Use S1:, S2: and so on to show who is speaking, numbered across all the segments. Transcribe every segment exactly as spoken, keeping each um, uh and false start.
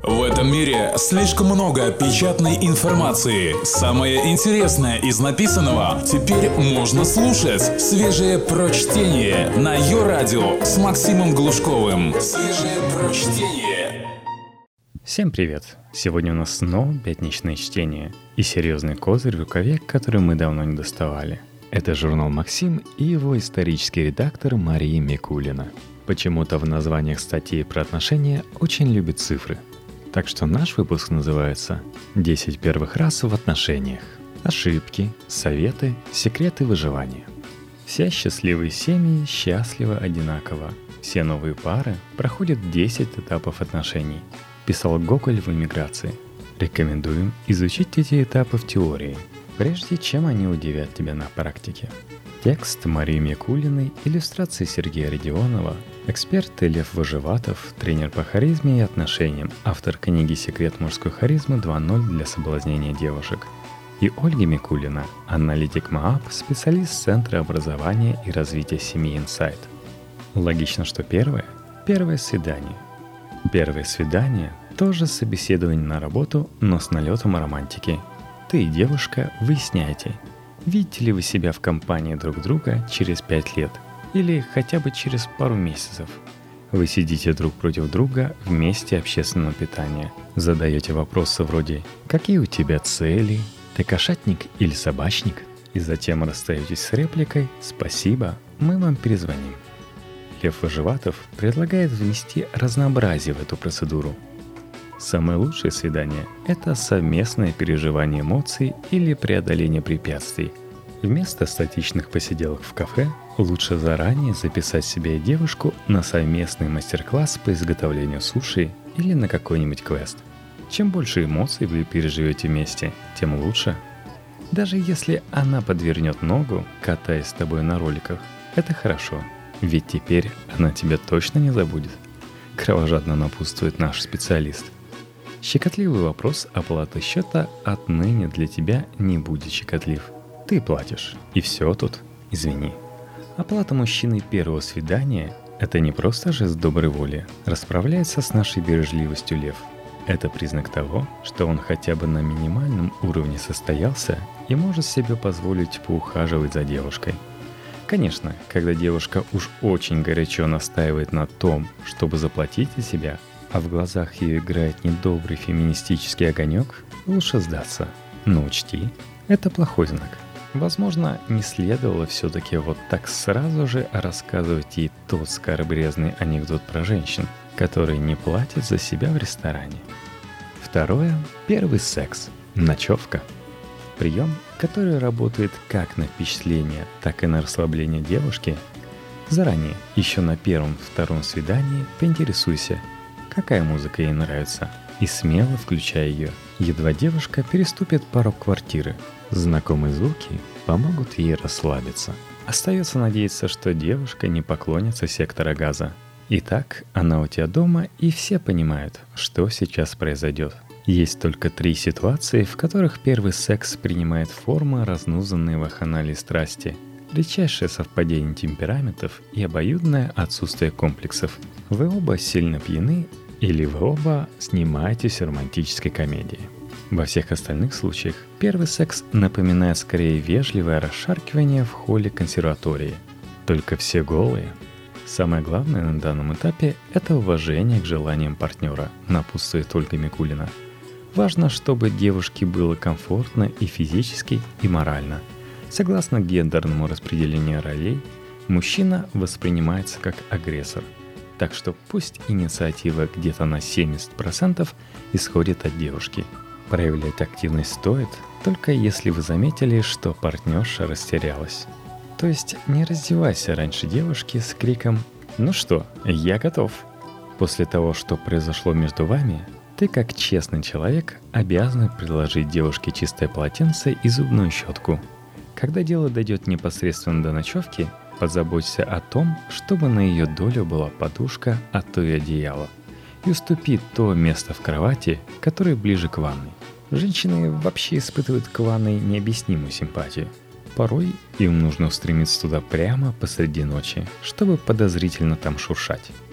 S1: В этом мире слишком много печатной информации. Самое интересное из написанного теперь можно слушать. Свежее прочтение на Йо-Радио с Максимом Глушковым. Свежее прочтение.
S2: Всем привет! Сегодня у нас снова пятничное чтение и серьезный козырь в рукаве, который мы давно не доставали. Это журнал «Максим» и его исторический редактор Мария Микулина. Почему-то в названиях статей про отношения очень любят цифры. Так что наш выпуск называется «десять первых раз в отношениях. Ошибки, советы, секреты выживания». Все счастливые семьи счастливы одинаково. Все новые пары проходят десять этапов отношений, писал Гоголь в «Эмиграции». Рекомендуем изучить эти этапы в теории, прежде чем они удивят тебя на практике. Текст Марии Микулиной, иллюстрации Сергея Родионова, эксперт Лев Выживатов, тренер по харизме и отношениям, автор книги «Секрет мужской харизмы два ноль для соблазнения девушек». И Ольга Микулина, аналитик МААП, специалист Центра образования и развития семьи «Инсайт». Логично, что первое – первое свидание. Первое свидание – тоже собеседование на работу, но с налетом романтики. Ты и девушка выясняете, видите ли вы себя в компании друг друга через пять лет или хотя бы через пару месяцев. Вы сидите друг против друга в месте общественного питания, задаете вопросы вроде «Какие у тебя цели?», «Ты кошатник или собачник?», и затем расстаетесь с репликой «Спасибо, мы вам перезвоним». Лев Выживатов предлагает внести разнообразие в эту процедуру. Самое лучшее свидание – это совместное переживание эмоций или преодоление препятствий. Вместо статичных посиделок в кафе лучше заранее записать себя и девушку на совместный мастер-класс по изготовлению суши или на какой-нибудь квест. Чем больше эмоций вы переживете вместе, тем лучше. Даже если она подвернет ногу, катаясь с тобой на роликах, это хорошо, ведь теперь она тебя точно не забудет. Кровожадно напутствует наш специалист. Щекотливый вопрос оплаты счета отныне для тебя не будет щекотлив. Ты платишь, и все тут, извини. Оплата мужчины первого свидания – это не просто жест доброй воли, расправляется с нашей бережливостью Лев. Это признак того, что он хотя бы на минимальном уровне состоялся и может себе позволить поухаживать за девушкой. Конечно, когда девушка уж очень горячо настаивает на том, чтобы заплатить за себя, а в глазах ее играет недобрый феминистический огонек, лучше сдаться. Но учти, это плохой знак. Возможно, не следовало все-таки вот так сразу же рассказывать ей тот скоробрезный анекдот про женщин, которые не платят за себя в ресторане. Второе – первый секс, ночевка. Прием, который работает как на впечатление, так и на расслабление девушки. Заранее, еще на первом-втором свидании, поинтересуйся, какая музыка ей нравится, и смело включай ее. Едва девушка переступит порог квартиры, знакомые звуки помогут ей расслабиться. Остается надеяться, что девушка не поклонится сектора газа. Итак, она у тебя дома, и все понимают, что сейчас произойдет. Есть только три ситуации, в которых первый секс принимает форму разнузанной вакханалии страсти. Редчайшее совпадение темпераментов и обоюдное отсутствие комплексов. Вы оба сильно пьяны или вы оба снимаетесь в романтической комедии. Во всех остальных случаях первый секс напоминает скорее вежливое расшаркивание в холле консерватории. Только все голые. Самое главное на данном этапе – это уважение к желаниям партнера, напутствует Ольга Микулина. Важно, чтобы девушке было комфортно и физически, и морально. Согласно гендерному распределению ролей, мужчина воспринимается как агрессор. Так что пусть инициатива где-то на семьдесят процентов исходит от девушки. Проявлять активность стоит, только если вы заметили, что партнерша растерялась. То есть не раздевайся раньше девушки с криком «Ну что, я готов». После того, что произошло между вами, ты как честный человек обязан предложить девушке чистое полотенце и зубную щетку. Когда дело дойдет непосредственно до ночевки, позаботься о том, чтобы на ее долю была подушка, а то и одеяло. И уступи то место в кровати, которое ближе к ванной. Женщины вообще испытывают к ванной необъяснимую симпатию. Порой им нужно устремиться туда прямо посреди ночи, чтобы подозрительно там шуршать.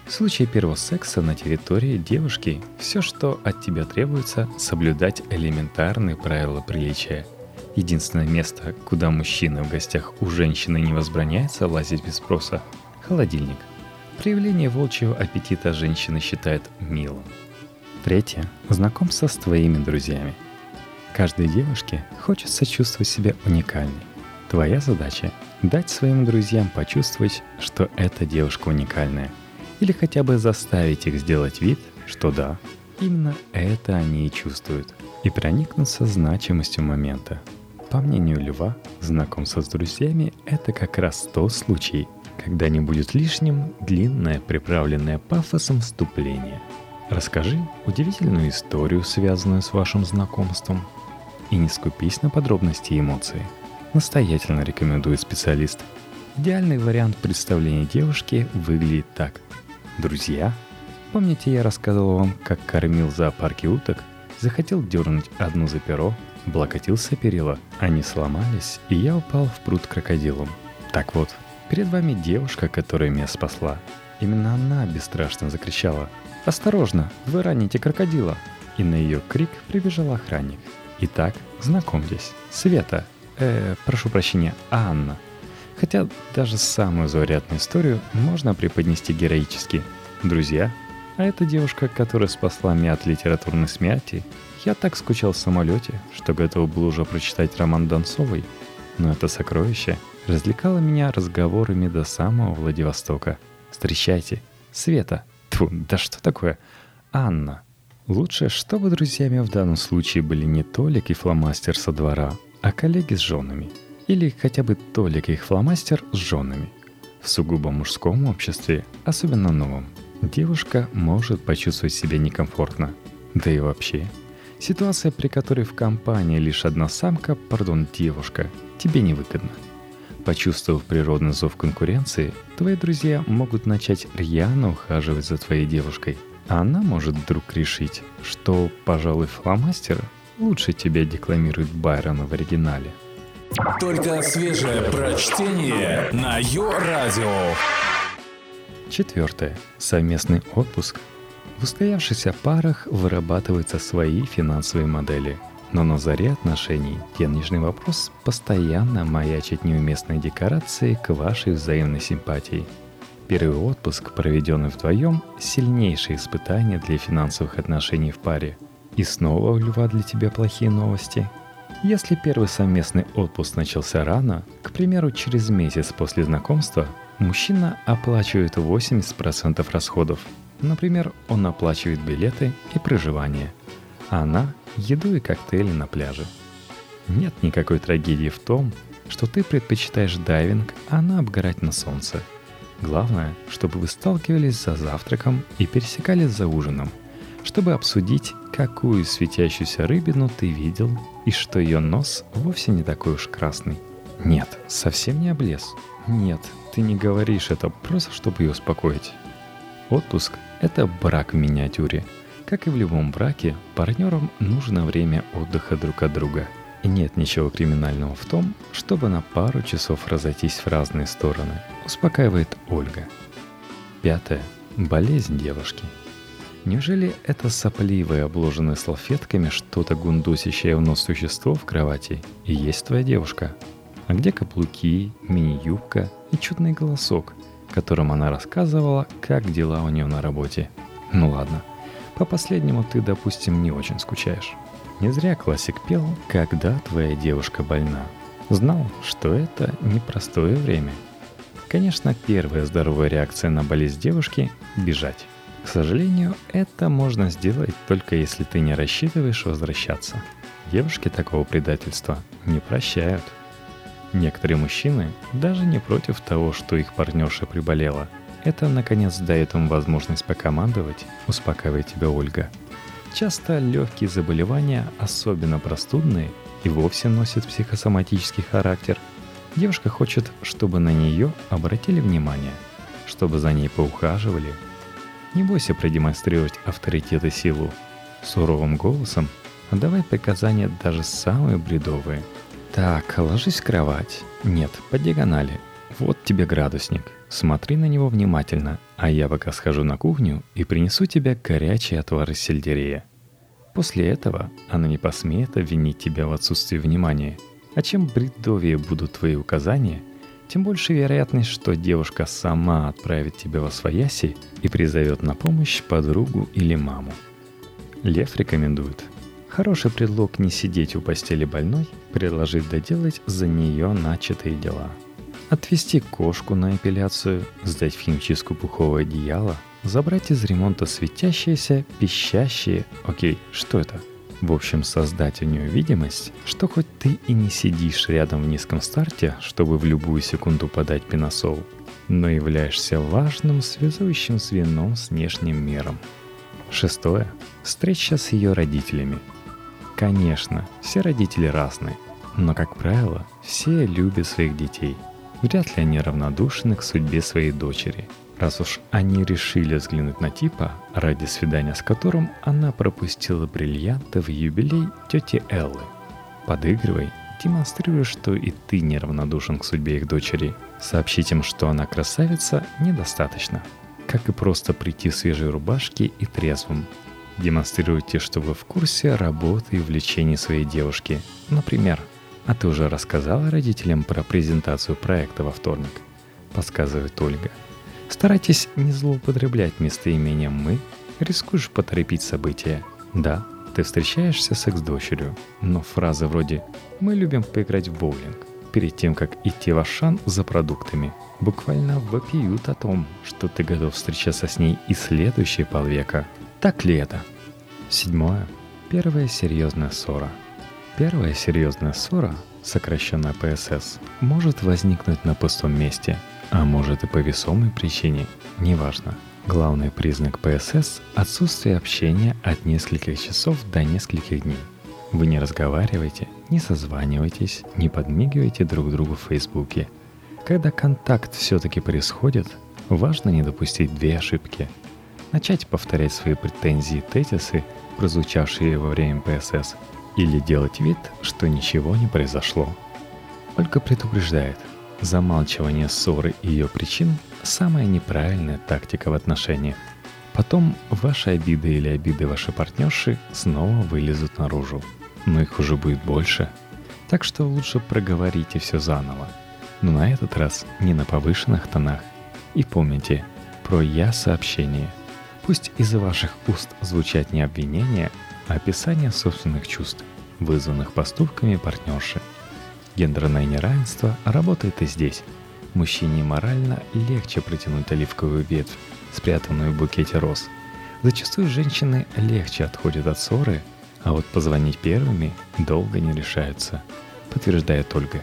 S2: В случае первого секса на территории девушки все, что от тебя требуется, соблюдать элементарные правила приличия. Единственное место, куда мужчина в гостях у женщины не возбраняется лазить без спроса – холодильник. Проявление волчьего аппетита женщины считает милым. Третье – знакомство с твоими друзьями. Каждой девушке хочется чувствовать себя уникальной. Твоя задача – дать своим друзьям почувствовать, что эта девушка уникальная. Или хотя бы заставить их сделать вид, что да, именно это они и чувствуют. И проникнуться значимостью момента. По мнению Льва, знакомство с друзьями – это как раз тот случай, когда не будет лишним длинное, приправленное пафосом вступление. Расскажи удивительную историю, связанную с вашим знакомством. И не скупись на подробности и эмоции. Настоятельно рекомендует специалист. Идеальный вариант представления девушки выглядит так. Друзья? Помните, я рассказывал вам, как кормил в зоопарке уток? Захотел дернуть одну за перо, облокотился перила, они сломались, и я упал в пруд крокодилом. Так вот, перед вами девушка, которая меня спасла. Именно она бесстрашно закричала: «Осторожно, вы раните крокодила!» И на ее крик прибежал охранник. Итак, знакомьтесь, Света, э, прошу прощения, Анна. Хотя даже самую заурядную историю можно преподнести героически. Друзья, а эта девушка, которая спасла меня от литературной смерти, я так скучал в самолете, что готов был уже прочитать роман Донцовой. Но это сокровище развлекало меня разговорами до самого Владивостока. Встречайте, Света. Тьфу, да что такое? Анна. Лучше, чтобы друзьями в данном случае были не Толик и фломастер со двора, а коллеги с женами. Или хотя бы Толик и их фломастер с женами. В сугубо мужском обществе, особенно новом, девушка может почувствовать себя некомфортно. Да и вообще, ситуация, при которой в компании лишь одна самка, пардон, девушка, тебе невыгодна. Почувствовав природный зов конкуренции, твои друзья могут начать рьяно ухаживать за твоей девушкой. А она может вдруг решить, что, пожалуй, фломастер лучше тебя декламирует Байрона в оригинале.
S1: Только свежее прочтение на Йо-Радио.
S2: Четвертое. Совместный отпуск. В устоявшихся парах вырабатываются свои финансовые модели. Но на заре отношений денежный вопрос постоянно маячит неуместной декорацией к вашей взаимной симпатии. Первый отпуск, проведенный вдвоем, сильнейшее испытание для финансовых отношений в паре. И снова у Льва для тебя плохие новости. Если первый совместный отпуск начался рано, к примеру, через месяц после знакомства, мужчина оплачивает восемьдесят процентов расходов. Например, он оплачивает билеты и проживание, а она – еду и коктейли на пляже. Нет никакой трагедии в том, что ты предпочитаешь дайвинг, а она обгорать на солнце. Главное, чтобы вы сталкивались за завтраком и пересекались за ужином, чтобы обсудить, какую светящуюся рыбину ты видел и что ее нос вовсе не такой уж красный. Нет, совсем не облез. Нет, ты не говоришь это просто, чтобы ее успокоить. Отпуск – это брак в миниатюре. Как и в любом браке, партнерам нужно время отдыха друг от друга. И нет ничего криминального в том, чтобы на пару часов разойтись в разные стороны, успокаивает Ольга. Пятое. Болезнь девушки. Неужели это сопливое, обложенное салфетками, что-то гундосящее в нос существо в кровати и есть твоя девушка? А где каблуки, мини-юбка и чудный голосок, которым она рассказывала, как дела у нее на работе? Ну ладно, по последнему ты, допустим, не очень скучаешь. Не зря классик пел «Когда твоя девушка больна». Знал, что это непростое время. Конечно, первая здоровая реакция на болезнь девушки – бежать. К сожалению, это можно сделать только если ты не рассчитываешь возвращаться. Девушки такого предательства не прощают. Некоторые мужчины даже не против того, что их партнерша приболела. Это, наконец, дает им возможность покомандовать, успокаивает тебя Ольга. Часто легкие заболевания, особенно простудные, и вовсе носят психосоматический характер. Девушка хочет, чтобы на нее обратили внимание, чтобы за ней поухаживали. Не бойся продемонстрировать авторитет и силу. Суровым голосом отдавай приказания даже самые бредовые. Так, ложись в кровать. Нет, по диагонали. Вот тебе градусник. Смотри на него внимательно, а я пока схожу на кухню и принесу тебе горячий отвар из сельдерея. После этого она не посмеет обвинить тебя в отсутствии внимания. А чем бредовее будут твои указания, тем больше вероятность, что девушка сама отправит тебя восвояси и призовет на помощь подругу или маму. Лев рекомендует: хороший предлог не сидеть у постели больной, предложить доделать за нее начатые дела. Отвезти кошку на эпиляцию, сдать в химчистку пуховое одеяло, забрать из ремонта светящиеся, пищащие... Окей, что это? В общем, создать у нее видимость, что хоть ты и не сидишь рядом в низком старте, чтобы в любую секунду подать пеносол, но являешься важным связующим звеном с внешним миром. Шестое. Встреча с ее родителями. Конечно, все родители разные, но, как правило, все любят своих детей. Вряд ли они равнодушны к судьбе своей дочери, раз уж они решили взглянуть на типа, ради свидания с которым она пропустила бриллианты в юбилей тети Эллы. Подыгрывай, демонстрируя, что и ты неравнодушен к судьбе их дочери. Сообщить им, что она красавица, недостаточно. Как и просто прийти в свежей рубашке и трезвым. Демонстрируйте, что вы в курсе работы и увлечений своей девушки. Например: «А ты уже рассказала родителям про презентацию проекта во вторник?» Подсказывает Ольга. Старайтесь не злоупотреблять местоимением «мы», рискуешь поторопить события. Да, ты встречаешься с экс-дочерью, но фразы вроде «мы любим поиграть в боулинг» перед тем, как идти в Ашан за продуктами, буквально вопиют о том, что ты готов встречаться с ней и следующие полвека. Так ли это? Седьмое. Первая серьезная ссора. Первая серьезная ссора, сокращенная пэ эс эс, может возникнуть на пустом месте, а может и по весомой причине, неважно. Главный признак пэ эс эс – отсутствие общения от нескольких часов до нескольких дней. Вы не разговариваете, не созваниваетесь, не подмигиваете друг другу в Фейсбуке. Когда контакт все-таки происходит, важно не допустить две ошибки. Начать повторять свои претензии и тезисы, прозвучавшие во время пэ эс эс, или делать вид, что ничего не произошло. Ольга предупреждает: замалчивание ссоры и ее причин – самая неправильная тактика в отношениях. Потом ваши обиды или обиды вашей партнерши снова вылезут наружу, но их уже будет больше. Так что лучше проговорите все заново, но на этот раз не на повышенных тонах. И помните про «я-сообщение». Пусть из ваших уст звучат не обвинения, а описание собственных чувств, вызванных поступками партнерши. Гендерное неравенство работает и здесь. Мужчине морально легче протянуть оливковую ветвь, спрятанную в букете роз. Зачастую женщины легче отходят от ссоры, а вот позвонить первыми долго не решаются, подтверждает Ольга.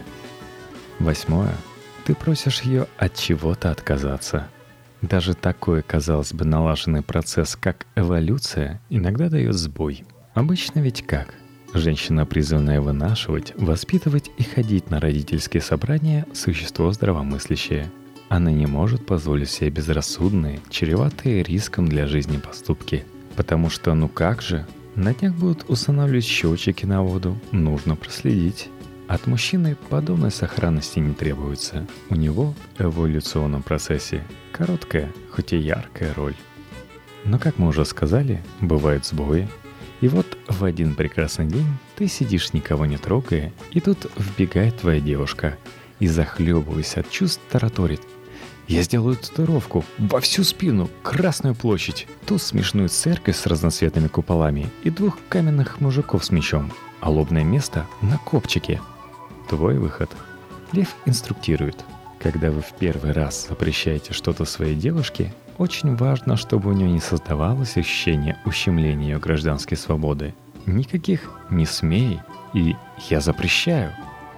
S2: Восьмое. Ты просишь ее от чего-то отказаться. Даже такой, казалось бы, налаженный процесс, как эволюция, иногда дает сбой. Обычно ведь как? Женщина, призванная вынашивать, воспитывать и ходить на родительские собрания, существо здравомыслящее. Она не может позволить себе безрассудные, чреватые риском для жизни поступки. Потому что, ну как же, на днях будут устанавливать счетчики на воду, нужно проследить. От мужчины подобной сохранности не требуется. У него в эволюционном процессе короткая, хоть и яркая роль. Но, как мы уже сказали, бывают сбои. И вот в один прекрасный день ты сидишь, никого не трогая, и тут вбегает твоя девушка и, захлебываясь от чувств, тараторит: «Я сделаю татуировку во всю спину, Красную площадь, ту смешную церковь с разноцветными куполами и двух каменных мужиков с мечом, а лобное место на копчике». Твой выход. Лев инструктирует: когда вы в первый раз запрещаете что-то своей девушке, очень важно, чтобы у нее не создавалось ощущение ущемления ее гражданской свободы. Никаких «не смей» и «я запрещаю».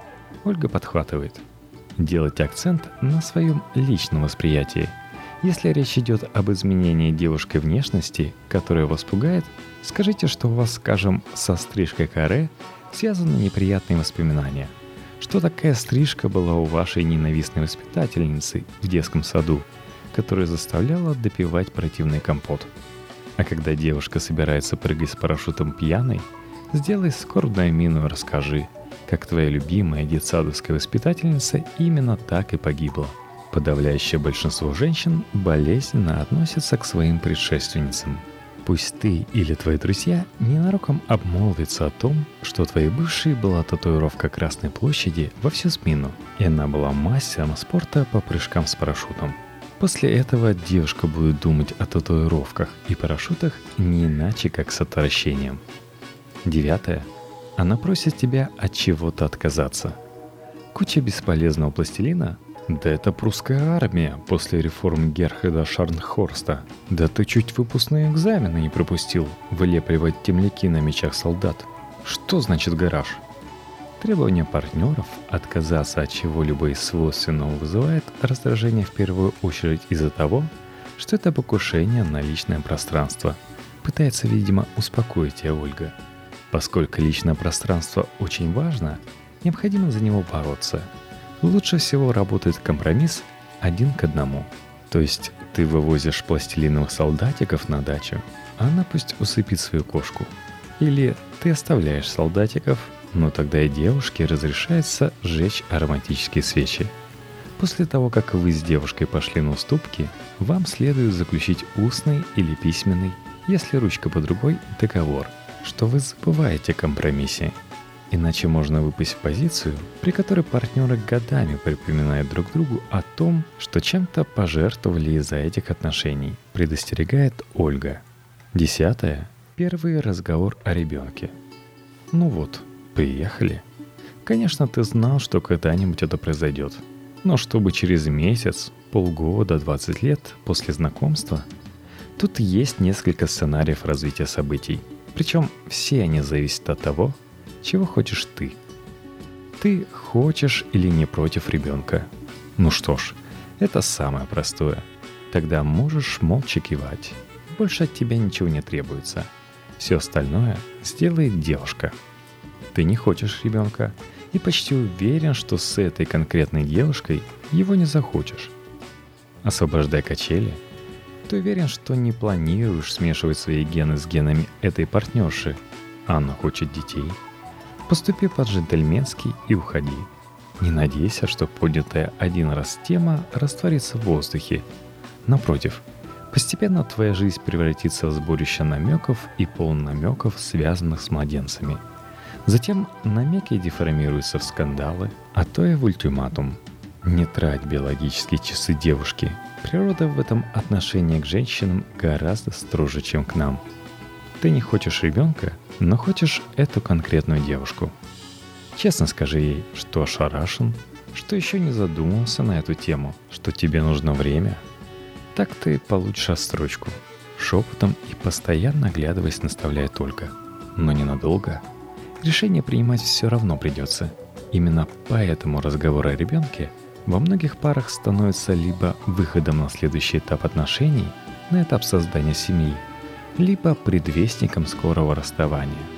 S2: Ольга подхватывает: делайте акцент на своем личном восприятии. Если речь идет об изменении девушкой внешности, которая вас пугает, скажите, что у вас, скажем, со стрижкой каре связаны неприятные воспоминания. Что такая стрижка была у вашей ненавистной воспитательницы в детском саду, которая заставляла допивать противный компот. А когда девушка собирается прыгать с парашютом пьяной, сделай скорбную мину и расскажи: как твоя любимая детсадовская воспитательница именно так и погибла. Подавляющее большинство женщин болезненно относятся к своим предшественницам. Пусть ты или твои друзья ненароком обмолвятся о том, что у твоей бывшей была татуировка Красной площади во всю спину, и она была мастером спорта по прыжкам с парашютом. После этого девушка будет думать о татуировках и парашютах не иначе, как с отвращением. Девятое. Она просит тебя от чего-то отказаться. Куча бесполезного пластилина? Да это прусская армия после реформ Герхарда Шарнхорста. Да ты чуть выпускные экзамены не пропустил, вылепливать темляки на мечах солдат. Что значит гараж? Требование партнеров отказаться от чего-либо из свойственного вызывает раздражение в первую очередь из-за того, что это покушение на личное пространство. Пытается, видимо, успокоить тебя Ольга. Поскольку личное пространство очень важно, необходимо за него бороться. Лучше всего работает компромисс один к одному. То есть ты вывозишь пластилиновых солдатиков на дачу, а она пусть усыпит свою кошку. Или ты оставляешь солдатиков, но тогда и девушке разрешается сжечь ароматические свечи. После того, как вы с девушкой пошли на уступки, вам следует заключить устный или письменный, если ручка под рукой, договор, что вы забываете о компромиссе. Иначе можно выпасть в позицию, при которой партнеры годами припоминают друг другу о том, что чем-то пожертвовали из-за этих отношений, предостерегает Ольга. Десятое. Первый разговор о ребенке. Ну вот, приехали. Конечно, ты знал, что когда-нибудь это произойдет. Но чтобы через месяц, полгода, двадцать лет после знакомства, тут есть несколько сценариев развития событий. Причем все они зависят от того, чего хочешь ты. Ты хочешь или не против ребенка? Ну что ж, это самое простое. Тогда можешь молча кивать. Больше от тебя ничего не требуется. Все остальное сделает девушка. Ты не хочешь ребенка и почти уверен, что с этой конкретной девушкой его не захочешь. Освобождай качели. Ты уверен, что не планируешь смешивать свои гены с генами этой партнерши. Она хочет детей. Поступи по-джентльменски и уходи. Не надейся, что поднятая один раз тема растворится в воздухе. Напротив, постепенно твоя жизнь превратится в сборище намеков и полунамеков, связанных с младенцами. Затем намеки деформируются в скандалы, а то и в ультиматум. Не трать биологические часы девушки. Природа в этом отношении к женщинам гораздо строже, чем к нам. Ты не хочешь ребенка, но хочешь эту конкретную девушку. Честно скажи ей, что ошарашен, что еще не задумался на эту тему, что тебе нужно время. Так ты получишь отстрочку. Шепотом и постоянно оглядываясь, наставляя только. Но ненадолго. Решение принимать все равно придется. Именно поэтому разговор о ребенке во многих парах становится либо выходом на следующий этап отношений, на этап создания семьи, либо предвестником скорого расставания.